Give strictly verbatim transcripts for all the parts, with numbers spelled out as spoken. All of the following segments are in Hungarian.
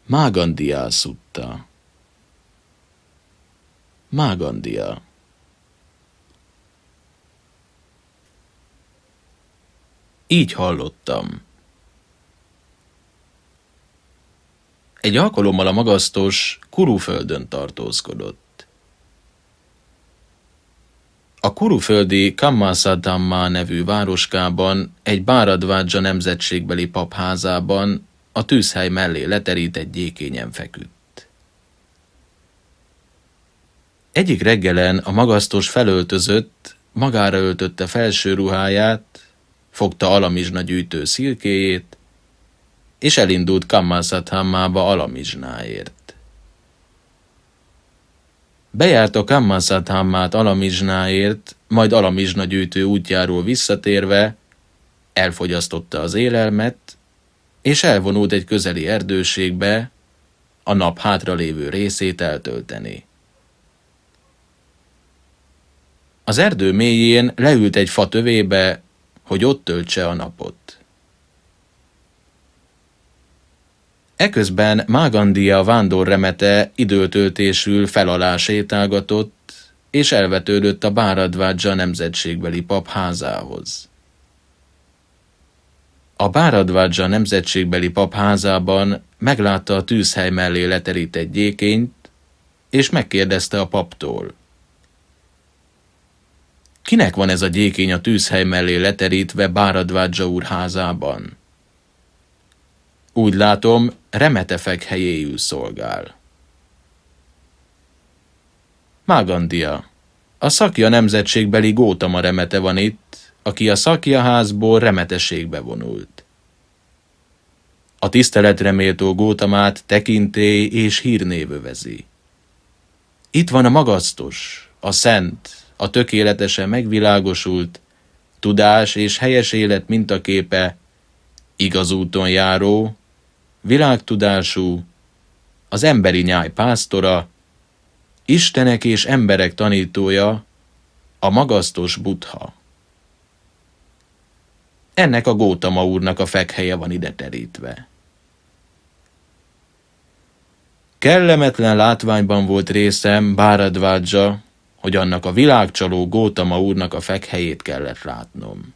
Mágandia Szutta. Mágandia. Így hallottam. Egy alkalommal a magasztos Kuruföldön tartózkodott. A kuruföldi Kammasadhamma nevű városkában, egy Bharadvaja nemzetségbeli pap házában a tűzhely mellé leterített gyékényen feküdt. Egyik reggelen a magasztos felöltözött, magára öltötte felső ruháját, fogta alamizsna gyűjtő szilkéjét, és elindult Kammasadhammába alamizsnáért. Bejárt a Kammasadhammát alamizsnáért, majd alamizsna gyűjtő útjáról visszatérve elfogyasztotta az élelmet, és elvonult egy közeli erdőségbe a nap hátralévő részét eltölteni. Az erdő mélyén leült egy fa tövébe, hogy ott töltse a napot. Eközben Mágandia vándorremete időtöltésül felalá sétálgatott, és elvetődött a Bharadvaja nemzetségbeli pap házához. A Bharadvaja nemzetségbeli pap házában meglátta a tűzhely mellé leterített gyékényt, és megkérdezte a paptól. Kinek van ez a gyékény a tűzhely mellé leterítve Bharadvaja úr házában? Úgy látom, remetefek helyéül szolgál. Mágandia, a Szakja nemzetségbeli Gótama remete van itt, aki a Szakja házból remeteségbe vonult. A tiszteletre méltó Gótamát tekintély és hírnév övezi. Itt van a magasztos, a szent, a tökéletesen megvilágosult, tudás és helyes élet mintaképe, igaz úton járó, világtudású, az emberi nyáj pásztora, istenek és emberek tanítója, a magasztos Buddha. Ennek a Gótama úrnak a fekhelye van ide terítve. Kellemetlen látványban volt részem Bharadvaja, hogy annak a világcsaló Gótama úrnak a fekhelyét kellett látnom.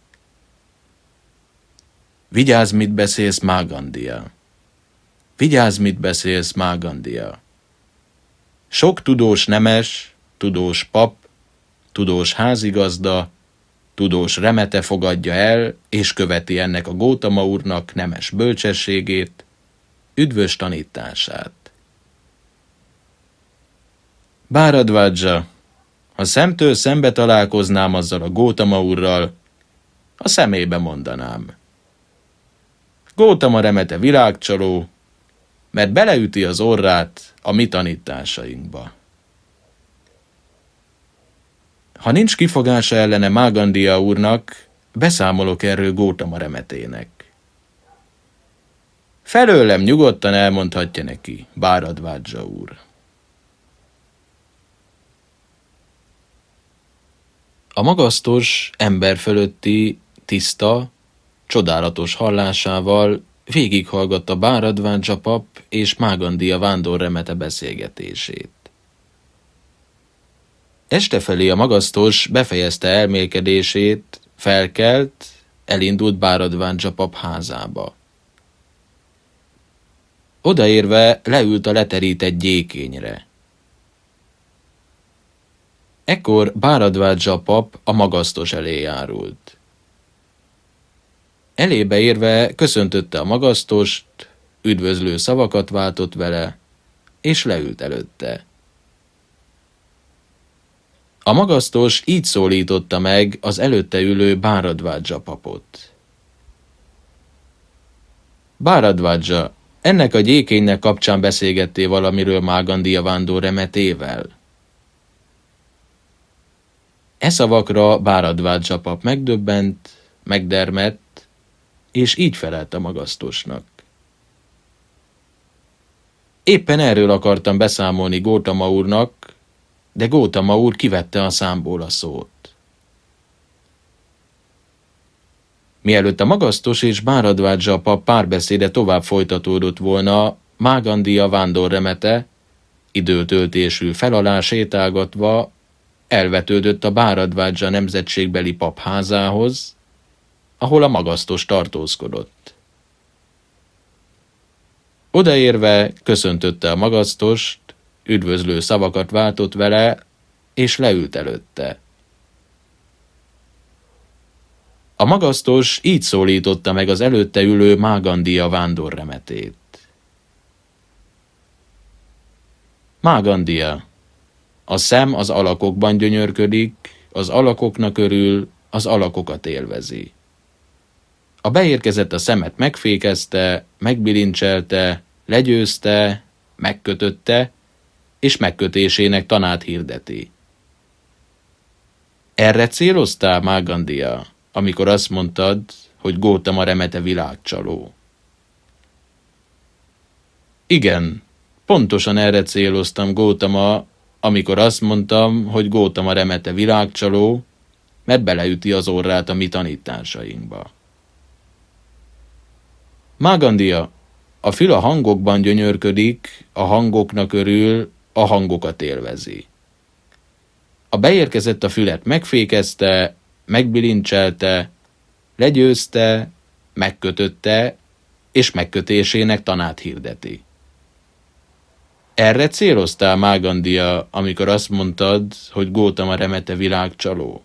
Vigyázz, mit beszélsz, Mágandia. Vigyázz, mit beszélsz, Mágandia. Sok tudós nemes, tudós pap, tudós házigazda, tudós remete fogadja el, és követi ennek a Gótama úrnak nemes bölcsességét, üdvös tanítását. Bharadvaja, ha szemtől szembe találkoznám azzal a Gótama úrral, a szemébe mondanám. Gótama remete világcsaló, mert beleüti az orrát a mi tanításainkba. Ha nincs kifogása ellene Mágandia úrnak, beszámolok erről Gótama remetének. Felőlem nyugodtan elmondhatja neki, Bharadvaja úr. A magasztos, ember fölötti, tiszta, csodálatos hallásával végighallgatta Bharadvaja pap és Mágandia vándorremete beszélgetését. Este felé a magasztos befejezte elmélkedését, felkelt, elindult Bharadvaja pap házába. Odaérve leült a leterített gyékényre. Ekkor Bharadvaja pap a magasztos elé járult. Elébe érve köszöntötte a magasztost, üdvözlő szavakat váltott vele, és leült előtte. A magasztos így szólította meg az előtte ülő Bharadvaja papot. Bharadvaja, ennek a gyékénynek kapcsán beszélgettél valamiről Mágandia vándor remetével? E szavakra Bharadvaja pap megdöbbent, megdermedt, és így felelt a magasztosnak. Éppen erről akartam beszámolni Gótama úrnak, de Gótama úr kivette a számból a szót. Mielőtt a magasztos és Bharadvaja pap párbeszéde tovább folytatódott volna, Mágandia vándorremete, időtöltésű fel alá sétálgatva elvetődött a Bharadvádzsa nemzetségbeli pap házához, ahol a magasztos tartózkodott. Odaérve köszöntötte a magasztost, üdvözlő szavakat váltott vele, és leült előtte. A magasztos így szólította meg az előtte ülő Mágandia vándorremetét. Mágandia, a szem az alakokban gyönyörködik, az alakoknak örül, az alakokat élvezi. A beérkezett a szemet megfékezte, megbilincselte, legyőzte, megkötötte, és megkötésének tanát hirdeti. Erre céloztál, Mágandia, amikor azt mondtad, hogy Gótama remete világcsaló? Igen, pontosan erre céloztam, Gótama, amikor azt mondtam, hogy Gótama remete világcsaló, mert beleüti az orrát a mi tanításainkba. Mágandia, a fül a hangokban gyönyörködik, a hangoknak örül, a hangokat élvezi. A beérkezett a fület megfékezte, megbilincselte, legyőzte, megkötötte, és megkötésének tanát hirdeti. Erre céloztál, Mágandia, amikor azt mondtad, hogy Gótama remete világcsaló?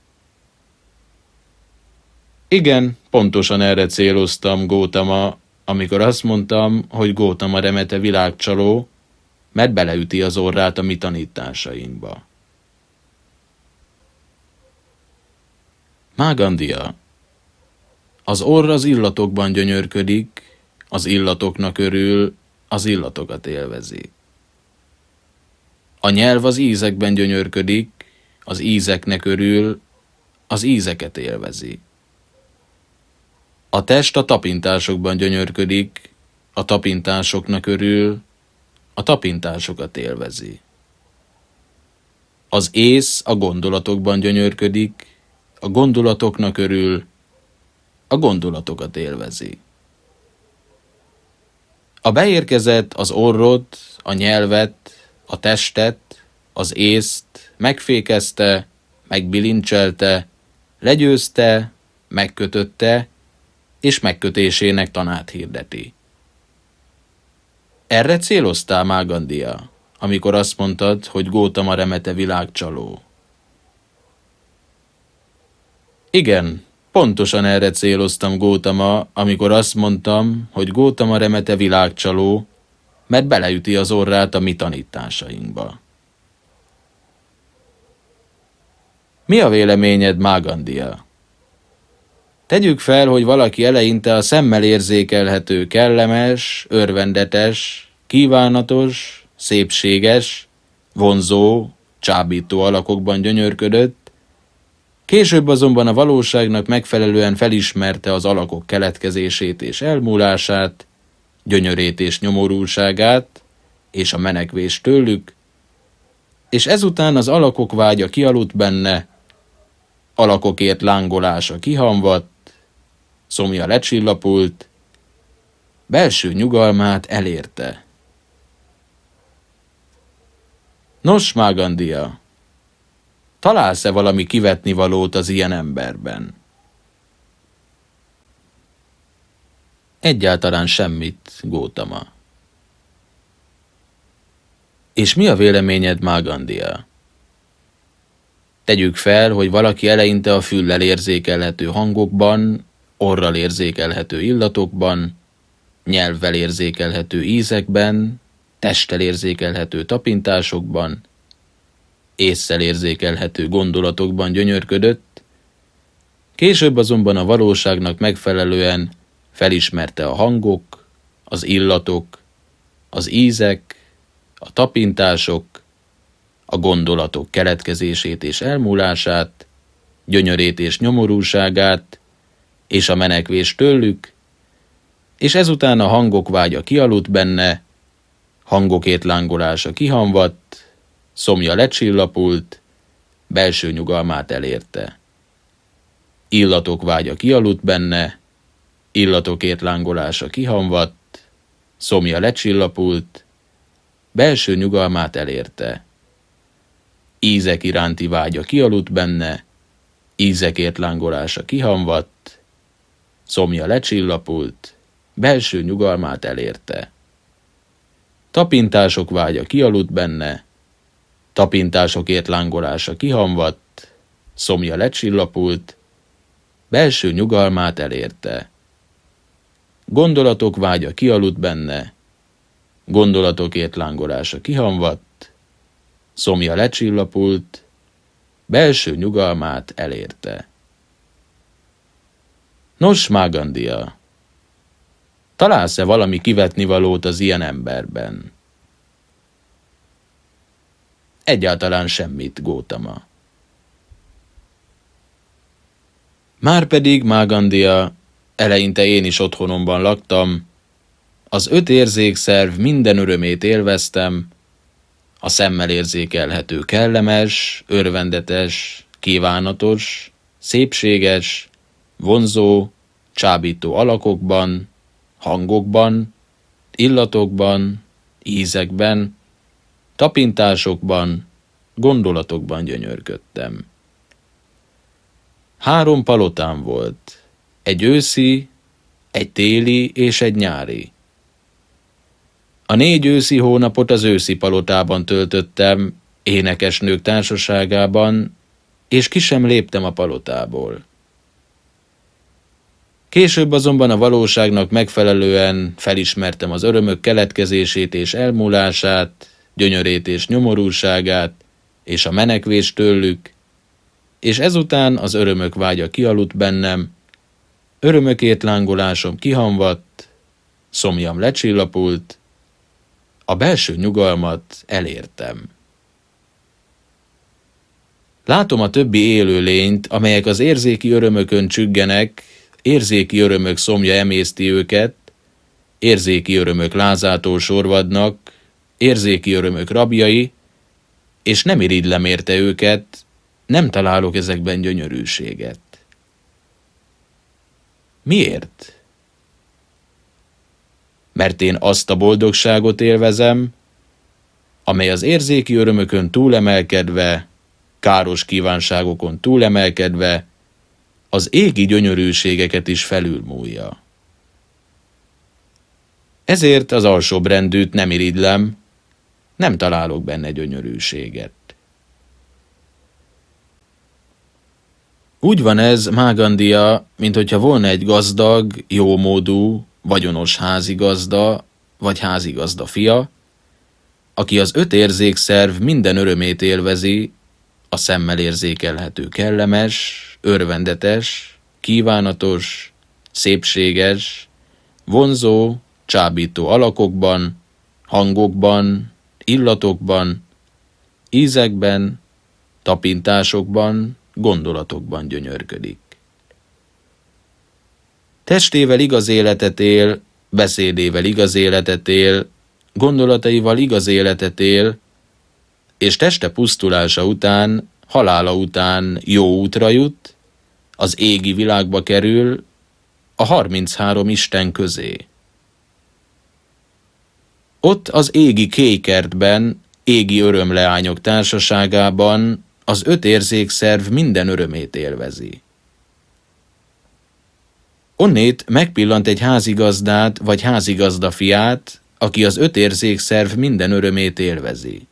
Igen, pontosan erre céloztam, Gótama, amikor azt mondtam, hogy Gótama remete világcsaló, mert beleüti az orrát a mi tanításainkba. Mágandia, az orr az illatokban gyönyörködik, az illatoknak örül, az illatokat élvezi. A nyelv az ízekben gyönyörködik, az ízeknek örül, az ízeket élvezi. A test a tapintásokban gyönyörködik, a tapintásoknak örül, a tapintásokat élvezi. Az ész a gondolatokban gyönyörködik, a gondolatoknak örül, a gondolatokat élvezi. A beérkezett az orrot, a nyelvet, a testet, az észt megfékezte, megbilincselte, legyőzte, megkötötte, és megkötésének tanát hirdeti. Erre céloztál, Mágandia, amikor azt mondtad, hogy Gótama remete világcsaló? Igen, pontosan erre céloztam, Gótama, amikor azt mondtam, hogy Gótama remete világcsaló, mert beleüti az orrát a mi tanításainkba. Mi a véleményed, Mágandia? Tegyük fel, hogy valaki eleinte a szemmel érzékelhető kellemes, örvendetes, kívánatos, szépséges, vonzó, csábító alakokban gyönyörködött, később azonban a valóságnak megfelelően felismerte az alakok keletkezését és elmúlását, gyönyörét és nyomorúságát, és a menekvést tőlük, és ezután az alakok vágya kialudt benne, alakokért lángolása kihamvadt, szomja lecsillapult, belső nyugalmát elérte. Nos, Mágandia, találsz-e valami kivetnivalót az ilyen emberben? Egyáltalán semmit, Gótama. És mi a véleményed, Mágandia? Tegyük fel, hogy valaki eleinte a füllel érzékelhető hangokban, orral érzékelhető illatokban, nyelvvel érzékelhető ízekben, testtel érzékelhető tapintásokban, ésszel érzékelhető gondolatokban gyönyörködött, később azonban a valóságnak megfelelően felismerte a hangok, az illatok, az ízek, a tapintások, a gondolatok keletkezését és elmúlását, gyönyörét és nyomorúságát, és a menekvés tőlük, és ezután a hangok vágya kialudt benne, hangokért lángolása kihamvadt, szomja lecsillapult, belső nyugalmát elérte. Illatok vágya kialudt benne, illatokért lángolása kihamvadt, szomja lecsillapult, belső nyugalmát elérte. Ízek iránti vágya kialudt benne, ízekért lángolása kihamvadt, szomja lecsillapult, belső nyugalmát elérte. Tapintások vágya kialudt benne, tapintásokért lángolása kihamvadt, szomja lecsillapult, belső nyugalmát elérte. Gondolatok vágya kialudt benne, gondolatokért lángolása kihamvadt, szomja lecsillapult, belső nyugalmát elérte. Nos, Mágandia, találsz-e valami kivetnivalót az ilyen emberben? Egyáltalán semmit, Gótama. Márpedig, Mágandia, eleinte én is otthonomban laktam, az öt érzékszerv minden örömét élveztem, a szemmel érzékelhető kellemes, örvendetes, kívánatos, szépséges, vonzó, csábító alakokban, hangokban, illatokban, ízekben, tapintásokban, gondolatokban gyönyörködtem. Három palotám volt, egy őszi, egy téli és egy nyári. A négy őszi hónapot az őszi palotában töltöttem, énekesnők társaságában, és ki sem léptem a palotából. Később azonban a valóságnak megfelelően felismertem az örömök keletkezését és elmúlását, gyönyörét és nyomorúságát, és a menekvés tőlük, és ezután az örömök vágya kialudt bennem, örömökért lángolásom kihamvadt, szomjam lecsillapult, a belső nyugalmat elértem. Látom a többi élőlényt, amelyek az érzéki örömökön csüggenek, érzéki örömök szomja emészti őket, érzéki örömök lázától sorvadnak, érzéki örömök rabjai, és nem irigylem érte őket, nem találok ezekben gyönyörűséget. Miért? Mert én azt a boldogságot élvezem, amely az érzéki örömökön túlemelkedve, káros kívánságokon túlemelkedve, az égi gyönyörűségeket is felülmúlja. Ezért az alsóbbrendűt nem irigylem, nem találok benne gyönyörűséget. Úgy van ez, Mágandia, minthogyha volna egy gazdag, jómódú, vagyonos házigazda, vagy házigazda fia, aki az öt érzékszerv minden örömét élvezi, a szemmel érzékelhető kellemes, örvendetes, kívánatos, szépséges, vonzó, csábító alakokban, hangokban, illatokban, ízekben, tapintásokban, gondolatokban gyönyörködik. Testével igaz életet él, beszédével igaz életet él, gondolataival igaz életet él, és teste pusztulása után, halála után jó útra jut, az égi világba kerül, a harminchárom Isten közé. Ott az égi kékertben, égi örömleányok társaságában az öt érzékszerv minden örömét élvezi. Onnét megpillant egy házigazdát vagy házigazda fiát, aki az öt érzékszerv minden örömét élvezi.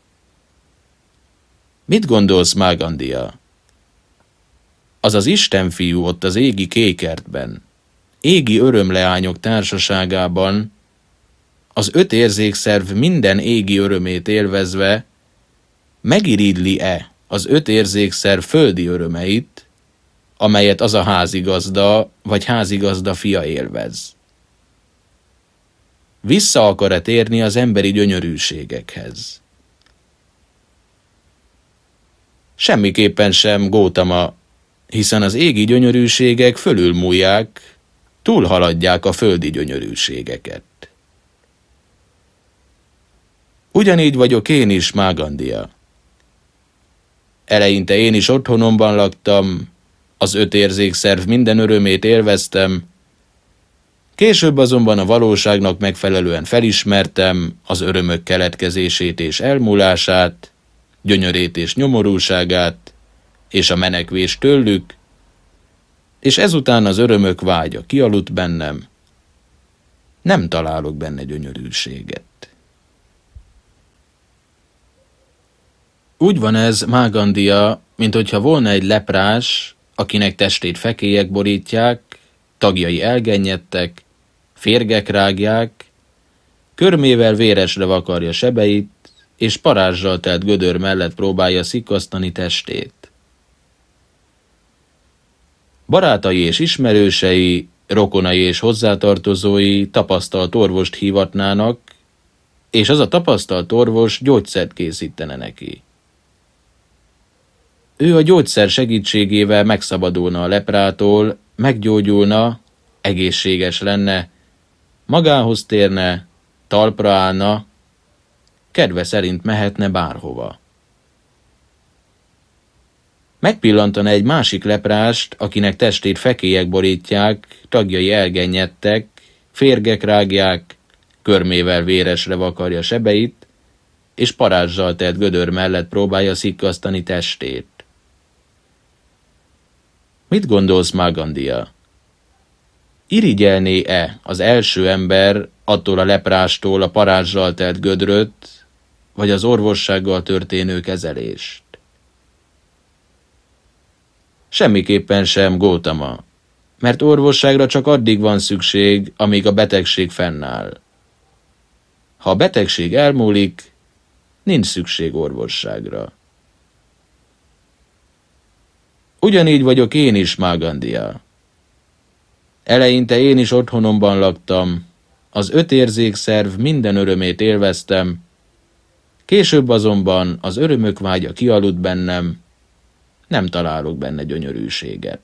Mit gondolsz, Mágandia? Az az Isten fiú ott az égi kékertben, égi örömleányok társaságában, az öt érzékszerv minden égi örömét élvezve, megirigyli-e az öt érzékszerv földi örömeit, amelyet az a házigazda vagy házigazda fia élvez? Vissza akar-e térni az emberi gyönyörűségekhez? Semmiképpen sem, Gótama, hiszen az égi gyönyörűségek fölülmúlják, túlhaladják a földi gyönyörűségeket. Ugyanígy vagyok én is, Mágandia. Eleinte én is otthonomban laktam, az öt érzékszerv minden örömét élveztem, Később azonban a valóságnak megfelelően felismertem az örömök keletkezését és elmúlását, gyönyörét és nyomorúságát, és a menekvés tőlük, és ezután az örömök vágya kialudt bennem, nem találok benne gyönyörűséget. Úgy van ez, Mágandia, mint hogyha volna egy leprás, akinek testét fekélyek borítják, tagjai elgennyedtek, férgek rágják, körmével véresre vakarja sebeit, és parázsal telt gödör mellett próbálja szikkasztani testét. Barátai és ismerősei, rokonai és hozzátartozói tapasztalt orvost hívatnának, és az a tapasztalt orvos gyógyszert készítene neki. Ő a gyógyszer segítségével megszabadulna a leprától, meggyógyulna, egészséges lenne, magához térne, talpra állna, kedve szerint mehetne bárhova. Megpillantana egy másik leprást, akinek testét fekélyek borítják, tagjai elgennyedtek, férgek rágják, körmével véresre vakarja sebeit, és parázsal telt gödör mellett próbálja szikkasztani testét. Mit gondolsz, Mágandia? Irigyelné-e az első ember attól a leprástól a parázsal telt gödröt, vagy az orvossággal történő kezelést? Semmiképpen sem, Gótama, mert orvosságra csak addig van szükség, amíg a betegség fennáll. Ha a betegség elmúlik, nincs szükség orvosságra. Ugyanígy vagyok én is, Mágandia. Eleinte én is otthonomban laktam, az öt érzékszerv minden örömét élveztem, később azonban az örömök vágya kialudt bennem, nem találok benne gyönyörűséget.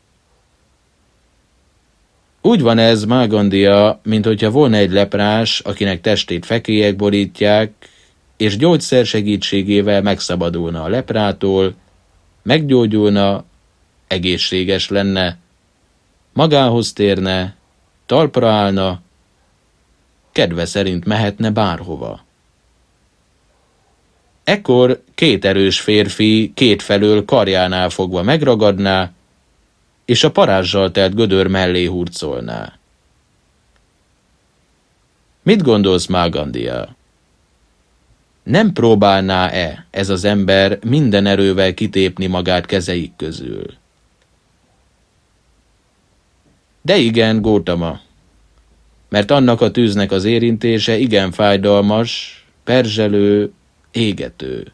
Úgy van ez, Mágandia, mint hogyha volna egy leprás, akinek testét fekélyek borítják, és gyógyszer segítségével megszabadulna a leprától, meggyógyulna, egészséges lenne, magához térne, talpra állna, kedve szerint mehetne bárhova. Ekkor két erős férfi kétfelől karjánál fogva megragadná, és a parázsal telt gödör mellé hurcolná. Mit gondolsz, Mágandia? Nem próbálná-e ez az ember minden erővel kitépni magát kezeik közül? De igen, Gótama, mert annak a tűznek az érintése igen fájdalmas, perzselő, égető.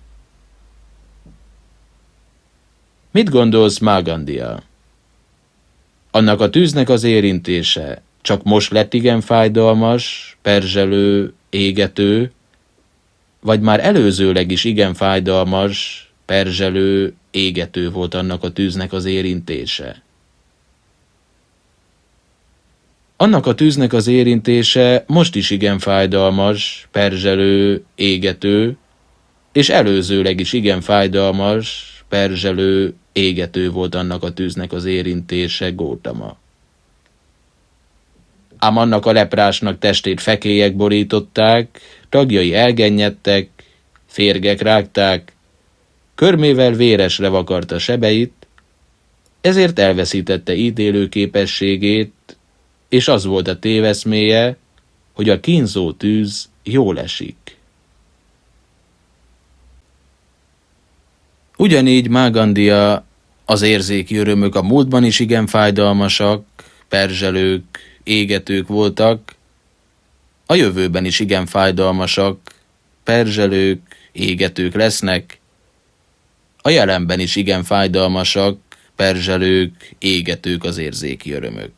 Mit gondolsz, Mágandia? Annak a tűznek az érintése csak most lett igen fájdalmas, perzselő, égető, vagy már előzőleg is igen fájdalmas, perzselő, égető volt annak a tűznek az érintése? Annak a tűznek az érintése most is igen fájdalmas, perzselő, égető, és előzőleg is igen fájdalmas, perzselő, égető volt annak a tűznek az érintése, Gótama. Ám annak a leprásnak testét fekélyek borították, tagjai elgennyedtek, férgek rágták, körmével véresre vakarta sebeit, ezért elveszítette ítélő képességét, és az volt a téveszméje, hogy a kínzó tűz jól esik. Ugyanígy, Mágandia, az érzéki örömök a múltban is igen fájdalmasak, perzselők, égetők voltak, a jövőben is igen fájdalmasak, perzselők, égetők lesznek, a jelenben is igen fájdalmasak, perzselők, égetők az érzéki örömök.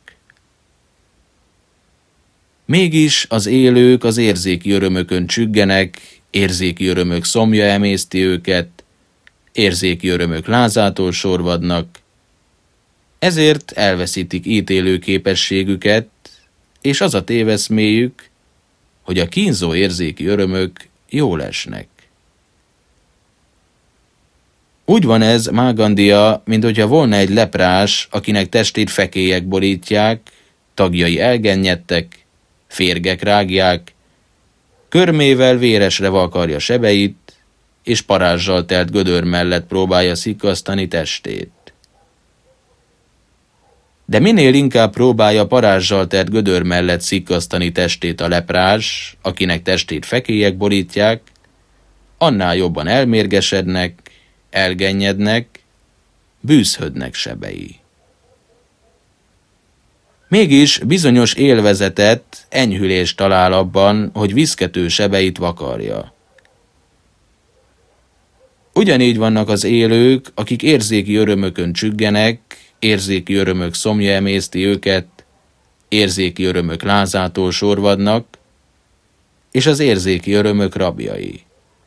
Mégis az élők az érzéki örömökön csüggenek, érzéki örömök szomja emészti őket, érzéki örömök lázától sorvadnak, ezért elveszítik ítélő képességüket, és az a téveszméjük, hogy a kínzó érzéki örömök jól esnek. Úgy van ez, Mágandia, mint hogyha volna egy leprás, akinek testét fekélyek borítják, tagjai elgennyedtek, férgek rágják, körmével véresre vakarja sebeit, és parázsal telt gödör mellett próbálja szikkasztani testét. De minél inkább próbálja parázsal telt gödör mellett szikkasztani testét a leprás, akinek testét fekélyek borítják, annál jobban elmérgesednek, elgennyednek, bűzhödnek sebei. Mégis bizonyos élvezetet, enyhülést talál abban, hogy viszkető sebeit vakarja. Ugyanígy vannak az élők, akik érzéki örömökön csüggenek, érzéki örömök szomja emészti őket, érzéki örömök lázától sorvadnak, és az érzéki örömök rabjai.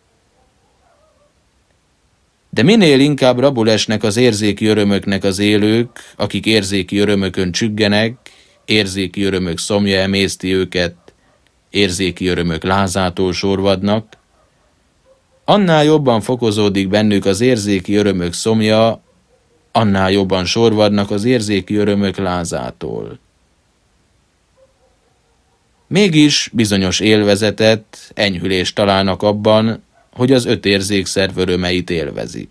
De minél inkább rabul esnek az érzéki örömöknek az élők, akik érzéki örömökön csüggenek, érzéki örömök szomja emészti őket, érzéki örömök lázától sorvadnak, annál jobban fokozódik bennük az érzéki örömök szomja, annál jobban sorvadnak az érzéki örömök lázától. Mégis bizonyos élvezetet, enyhülést találnak abban, hogy az öt érzékszerv örömeit élvezik.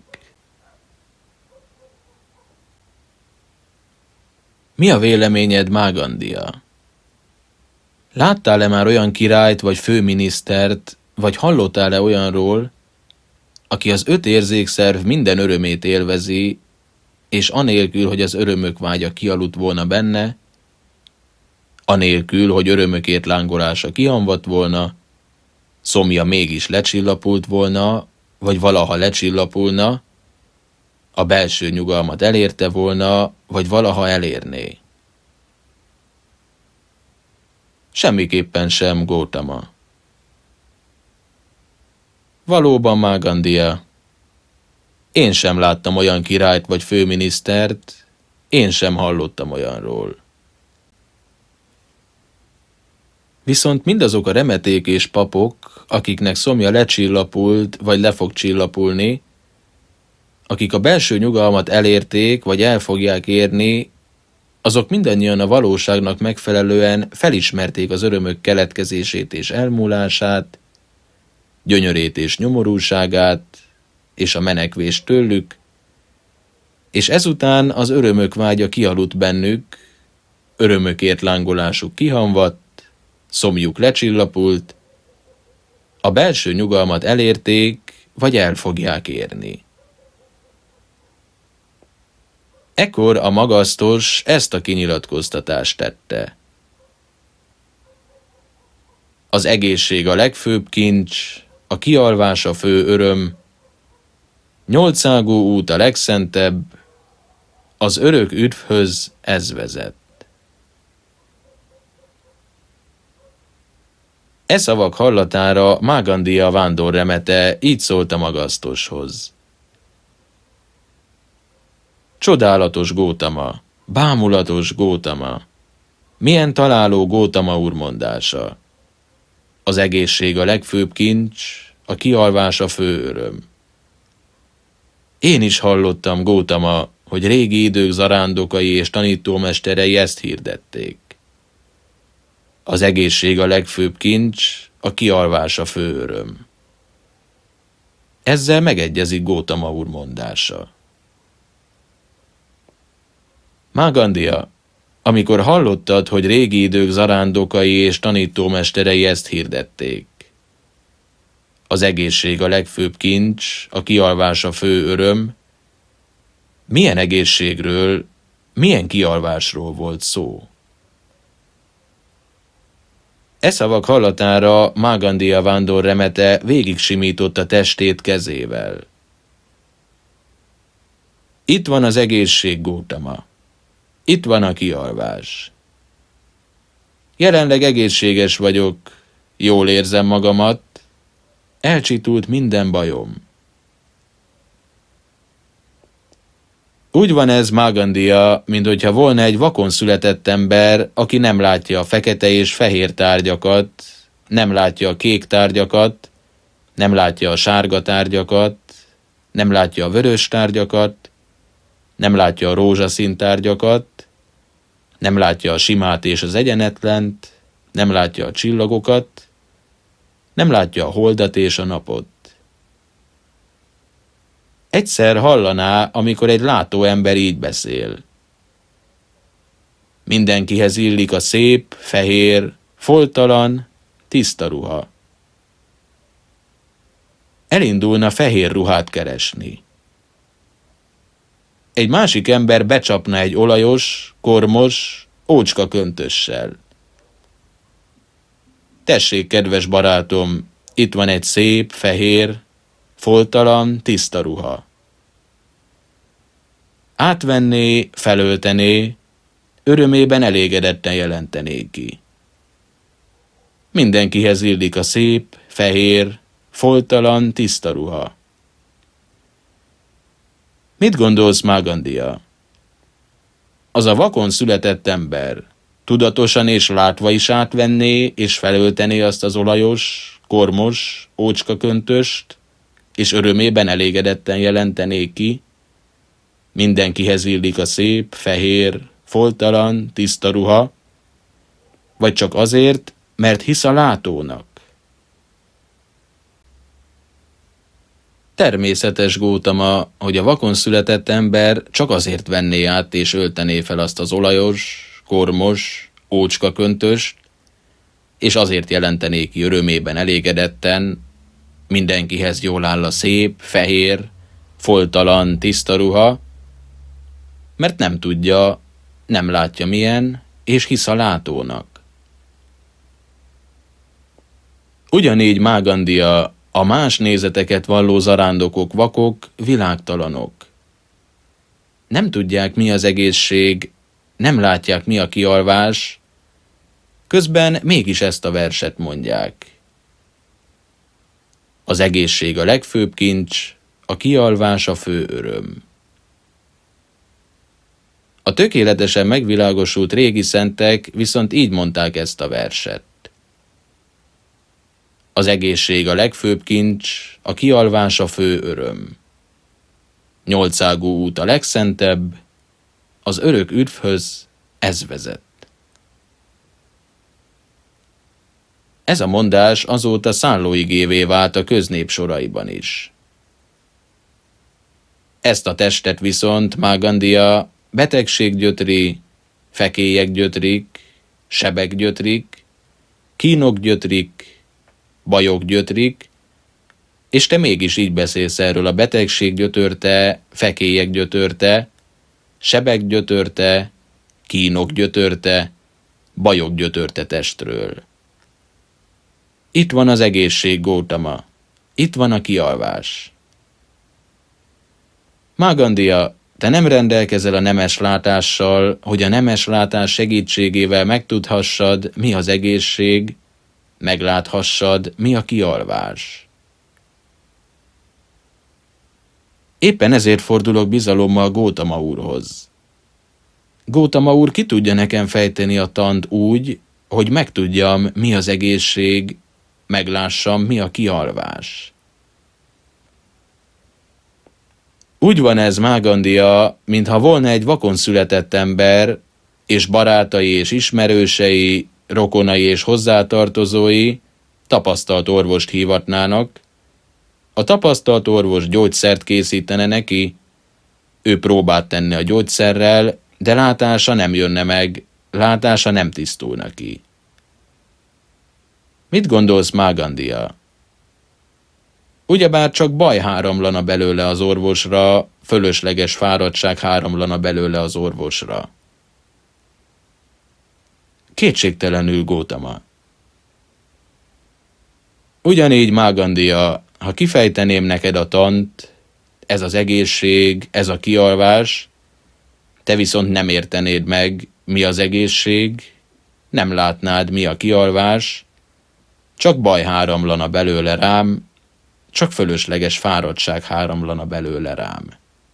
Mi a véleményed, Mágandia? Láttál-e már olyan királyt vagy főminisztert, vagy hallottál-e olyanról, aki az öt érzékszerv minden örömét élvezi, és anélkül, hogy az örömök vágya kialudt volna benne, anélkül, hogy örömökért lángolása kihamvadt volna, szomja mégis lecsillapult volna, vagy valaha lecsillapulna, a belső nyugalmat elérte volna, vagy valaha elérné. Semmiképpen sem, Gótama. Valóban, Mágandia, én sem láttam olyan királyt vagy főminisztert, én sem hallottam olyanról. Viszont mindazok a remeték és papok, akiknek szomja lecsillapult, vagy le fog csillapulni, akik a belső nyugalmat elérték, vagy el fogják érni, azok mindannyian a valóságnak megfelelően felismerték az örömök keletkezését és elmúlását, gyönyörét és nyomorúságát, és a menekvést tőlük, és ezután az örömök vágya kialudt bennük, örömökért lángolásuk kihamvadt, szomjuk lecsillapult, a belső nyugalmat elérték, vagy el fogják érni. Ekkor a magasztos ezt a kinyilatkoztatást tette. Az egészség a legfőbb kincs, a kialvás a fő öröm, nyolcágú út a legszentebb, az örök üdvhöz ez vezet. E szavak hallatára Mágandia vándorremete így szólt a magasztoshoz. Csodálatos Gótama, bámulatos Gótama, milyen találó Gótama úr mondása. Az egészség a legfőbb kincs, a kialvás a fő öröm. Én is hallottam, Gótama, hogy régi idők zarándokai és tanítómesterei ezt hirdették. Az egészség a legfőbb kincs, a kialvás a fő öröm. Ezzel megegyezik Gótama úr mondása. Mágandia, amikor hallottad, hogy régi idők zarándokai és tanítómesterei ezt hirdették. Az egészség a legfőbb kincs, a kialvás a fő öröm. Milyen egészségről, milyen kialvásról volt szó? E szavak hallatára Mágandia vándorremete végig simította testét kezével. Itt van az egészség, Gótama. Itt van a kialvás. Jelenleg egészséges vagyok, jól érzem magamat, elcsitult minden bajom. Úgy van ez, Mágandia, minthogyha volna egy vakon született ember, aki nem látja a fekete és fehér tárgyakat, nem látja a kék tárgyakat, nem látja a sárga tárgyakat, nem látja a vörös tárgyakat, nem látja a rózsaszín tárgyakat, Nem látja a simát és az egyenetlent, nem látja a csillagokat, nem látja a holdat és a napot. Egyszer hallaná, amikor egy látó ember így beszél. Mindenkihez illik a szép, fehér, foltalan, tiszta ruha. Elindulna fehér ruhát keresni. Egy másik ember becsapna egy olajos, kormos, ócska köntössel. Tessék, kedves barátom, itt van egy szép, fehér, foltalan, tiszta ruha. Átvenné, felöltené, örömében elégedetten jelentené ki. Mindenkihez illik a szép, fehér, foltalan, tiszta ruha. Mit gondolsz, Mágandia? Az a vakon született ember tudatosan és látva is átvenné és felöltené azt az olajos, kormos, ócska köntöst, és örömében elégedetten jelentené ki? Mindenkihez illik a szép, fehér, foltalan, tiszta ruha, vagy csak azért, mert hisz a látónak? Természetes, Gótama, hogy a vakon született ember csak azért venné át és öltené fel azt az olajos, kormos, ócska köntöst, és azért jelentené ki örömében elégedetten, mindenkihez jól áll a szép, fehér, foltalan, tiszta ruha, mert nem tudja, nem látja milyen, és hisz a látónak. Ugyanígy, Mágandia, a más nézeteket valló zarándokok, vakok, világtalanok. Nem tudják, mi az egészség, nem látják, mi a kialvás, közben mégis ezt a verset mondják. Az egészség a legfőbb kincs, a kialvás a fő öröm. A tökéletesen megvilágosult régi szentek viszont így mondták ezt a verset. Az egészség a legfőbb kincs, a kialvás a fő öröm. Nyolcágú út a legszentebb, az örök üdvhöz ez vezet. Ez a mondás azóta szállóigévé vált a köznép soraiban is. Ezt a testet viszont, Mágandia, betegség gyötri, fekélyek gyötrik, sebek gyötrik, kínok gyötrik, bajok gyötrik, és te mégis így beszélsz erről a betegség gyötörte, fekélyek gyötörte, sebek gyötörte, kínok gyötörte, bajok gyötörte testről. Itt van az egészség, Gótama, itt van a kialvás. Mágandia, te nem rendelkezel a nemes látással, hogy a nemes látás segítségével megtudhassad, mi az egészség, megláthassad, mi a kialvás. Éppen ezért fordulok bizalommal Gótama úrhoz. Gótama úr, ki tudja nekem fejteni a tant úgy, hogy megtudjam, mi az egészség, meglássam, mi a kialvás. Úgy van ez, Mágandia, mintha volna egy vakon született ember, és barátai és ismerősei, rokonai és hozzátartozói tapasztalt orvost hívatnának, a tapasztalt orvos gyógyszert készítene neki, ő próbát tenne a gyógyszerrel, de látása nem jönne meg, látása nem tisztulna ki. Mit gondolsz, Mágandia? Ugyebár csak baj háramlana belőle az orvosra, fölösleges fáradtság háramlana belőle az orvosra. Kétségtelenül, Gótama. Ugyanígy, Mágandia, ha kifejteném neked a tant, ez az egészség, ez a kialvás, te viszont nem értenéd meg, mi az egészség, nem látnád, mi a kialvás, csak baj háramlana belőle rám, csak fölösleges fáradtság háramlana belőle rám.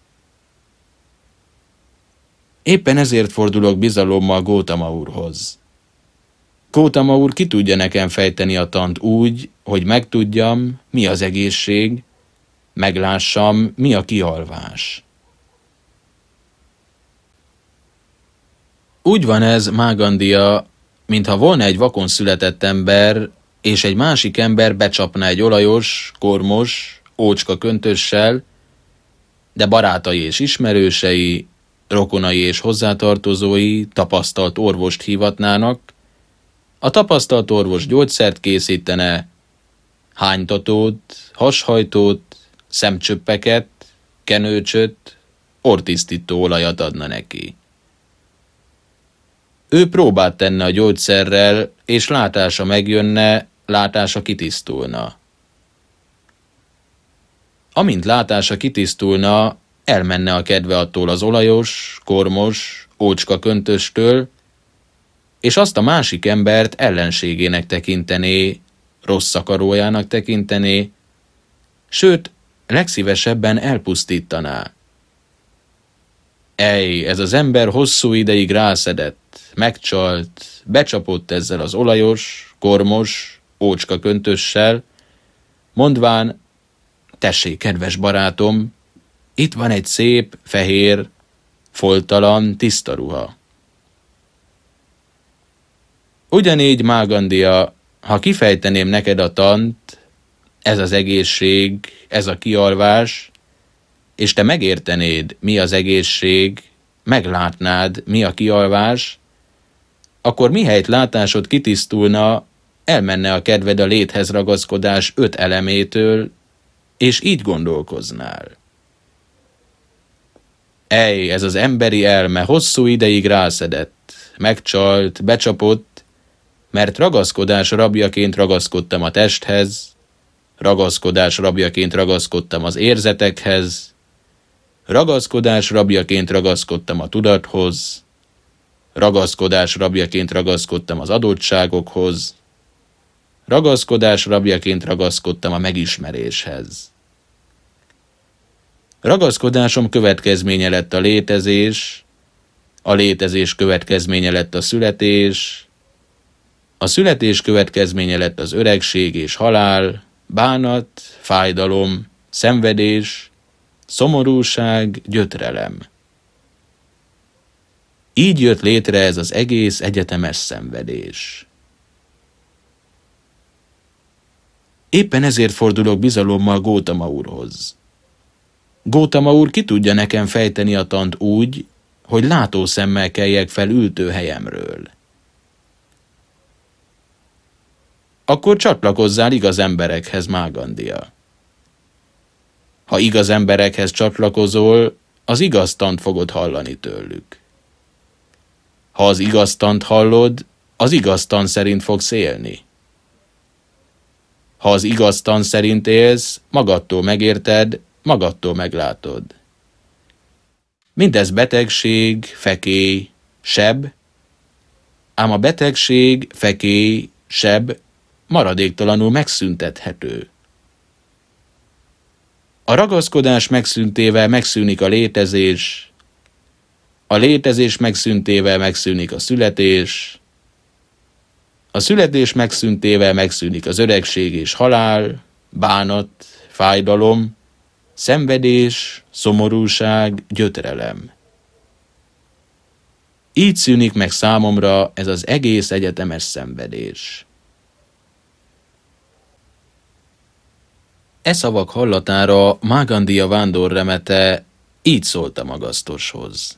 Éppen ezért fordulok bizalommal Gótama úrhoz. Gótama úr, ki tudja nekem fejteni a tant úgy, hogy megtudjam, mi az egészség, meglássam, mi a kialvás. Úgy van ez, Mágandia, mintha volna egy vakon született ember, és egy másik ember becsapna egy olajos, kormos, ócska köntössel, de barátai és ismerősei, rokonai és hozzátartozói tapasztalt orvost hívatnának, a tapasztalt orvos gyógyszert készítene, hánytatót, hashajtót, szemcsöppeket, kenőcsöt, orrtisztító olajat adna neki. Ő próbát tenne a gyógyszerrel, és látása megjönne, látása kitisztulna. Amint látása kitisztulna, elmenne a kedve attól az olajos, kormos, ócska köntöstől, és azt a másik embert ellenségének tekintené, rossz akarójának tekintené, sőt, legszívesebben elpusztítaná. Ej, ez az ember hosszú ideig rászedett, megcsalt, becsapott ezzel az olajos, kormos, ócska köntössel, mondván, tessék, kedves barátom, itt van egy szép, fehér, foltalan, tiszta ruha. Ugyanígy, Mágandia, ha kifejteném neked a tant, ez az egészség, ez a kialvás, és te megértenéd, mi az egészség, meglátnád, mi a kialvás, akkor mihelyt látásod kitisztulna, elmenne a kedved a léthez ragaszkodás öt elemétől, és így gondolkoznál. Ej, ez az emberi elme hosszú ideig rászedett, megcsalt, becsapott, mert ragaszkodás rabjaként ragaszkodtam a testhez, ragaszkodás rabjaként ragaszkodtam az érzetekhez, ragaszkodás rabjaként ragaszkodtam a tudathoz, ragaszkodás rabjaként ragaszkodtam az adottságokhoz, ragaszkodás rabjaként ragaszkodtam a megismeréshez. Ragaszkodásom következménye lett a létezés, a létezés következménye lett a születés, a születés következménye lett az öregség és halál, bánat, fájdalom, szenvedés, szomorúság, gyötrelem. Így jött létre ez az egész egyetemes szenvedés. Éppen ezért fordulok bizalommal Gótama úrhoz. Gótama úr ki tudja nekem fejteni a tant úgy, hogy látószemmel keljek fel ültőhelyemről. Akkor csatlakozzál igaz emberekhez, Mágandia. Ha igaz emberekhez csatlakozol, az igaz tant fogod hallani tőlük. Ha az igaz tant hallod, az igaz tan szerint fogsz élni. Ha az igaz tan szerint élsz, magadtól megérted, magadtól meglátod. Mindez betegség, fekély, seb, ám a betegség, fekély, seb maradéktalanul megszüntethető. A ragaszkodás megszűntével megszűnik a létezés, a létezés megszűntével megszűnik a születés, a születés megszűntével megszűnik az öregség és halál, bánat, fájdalom, szenvedés, szomorúság, gyötrelem. Így szűnik meg számomra ez az egész egyetemes szenvedés. E szavak hallatára Mágandia vándorremete így szólt a magasztoshoz.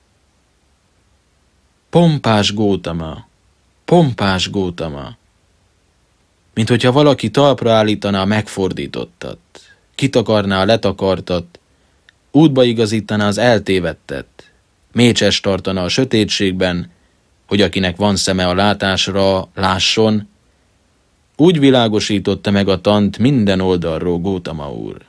Pompás Gótama, pompás Gótama, mint hogyha valaki talpra állítaná a megfordítottat, kitakarná a letakartat, útba igazítaná az eltévedtet, mécses tartana a sötétségben, hogy akinek van szeme a látásra, lásson, úgy világosította meg a tant minden oldalról Gótama úr.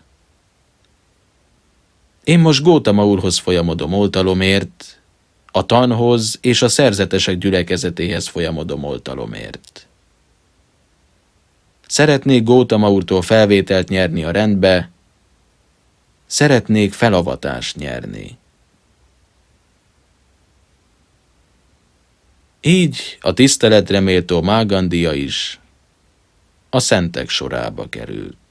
Én most Gótama úrhoz folyamodom oltalomért, a tanhoz és a szerzetesek gyülekezetéhez folyamodom oltalomért. Szeretnék Gótama úrtól felvételt nyerni a rendbe, szeretnék felavatást nyerni. Így a tiszteletre méltó Mágandia is a szentek sorába került.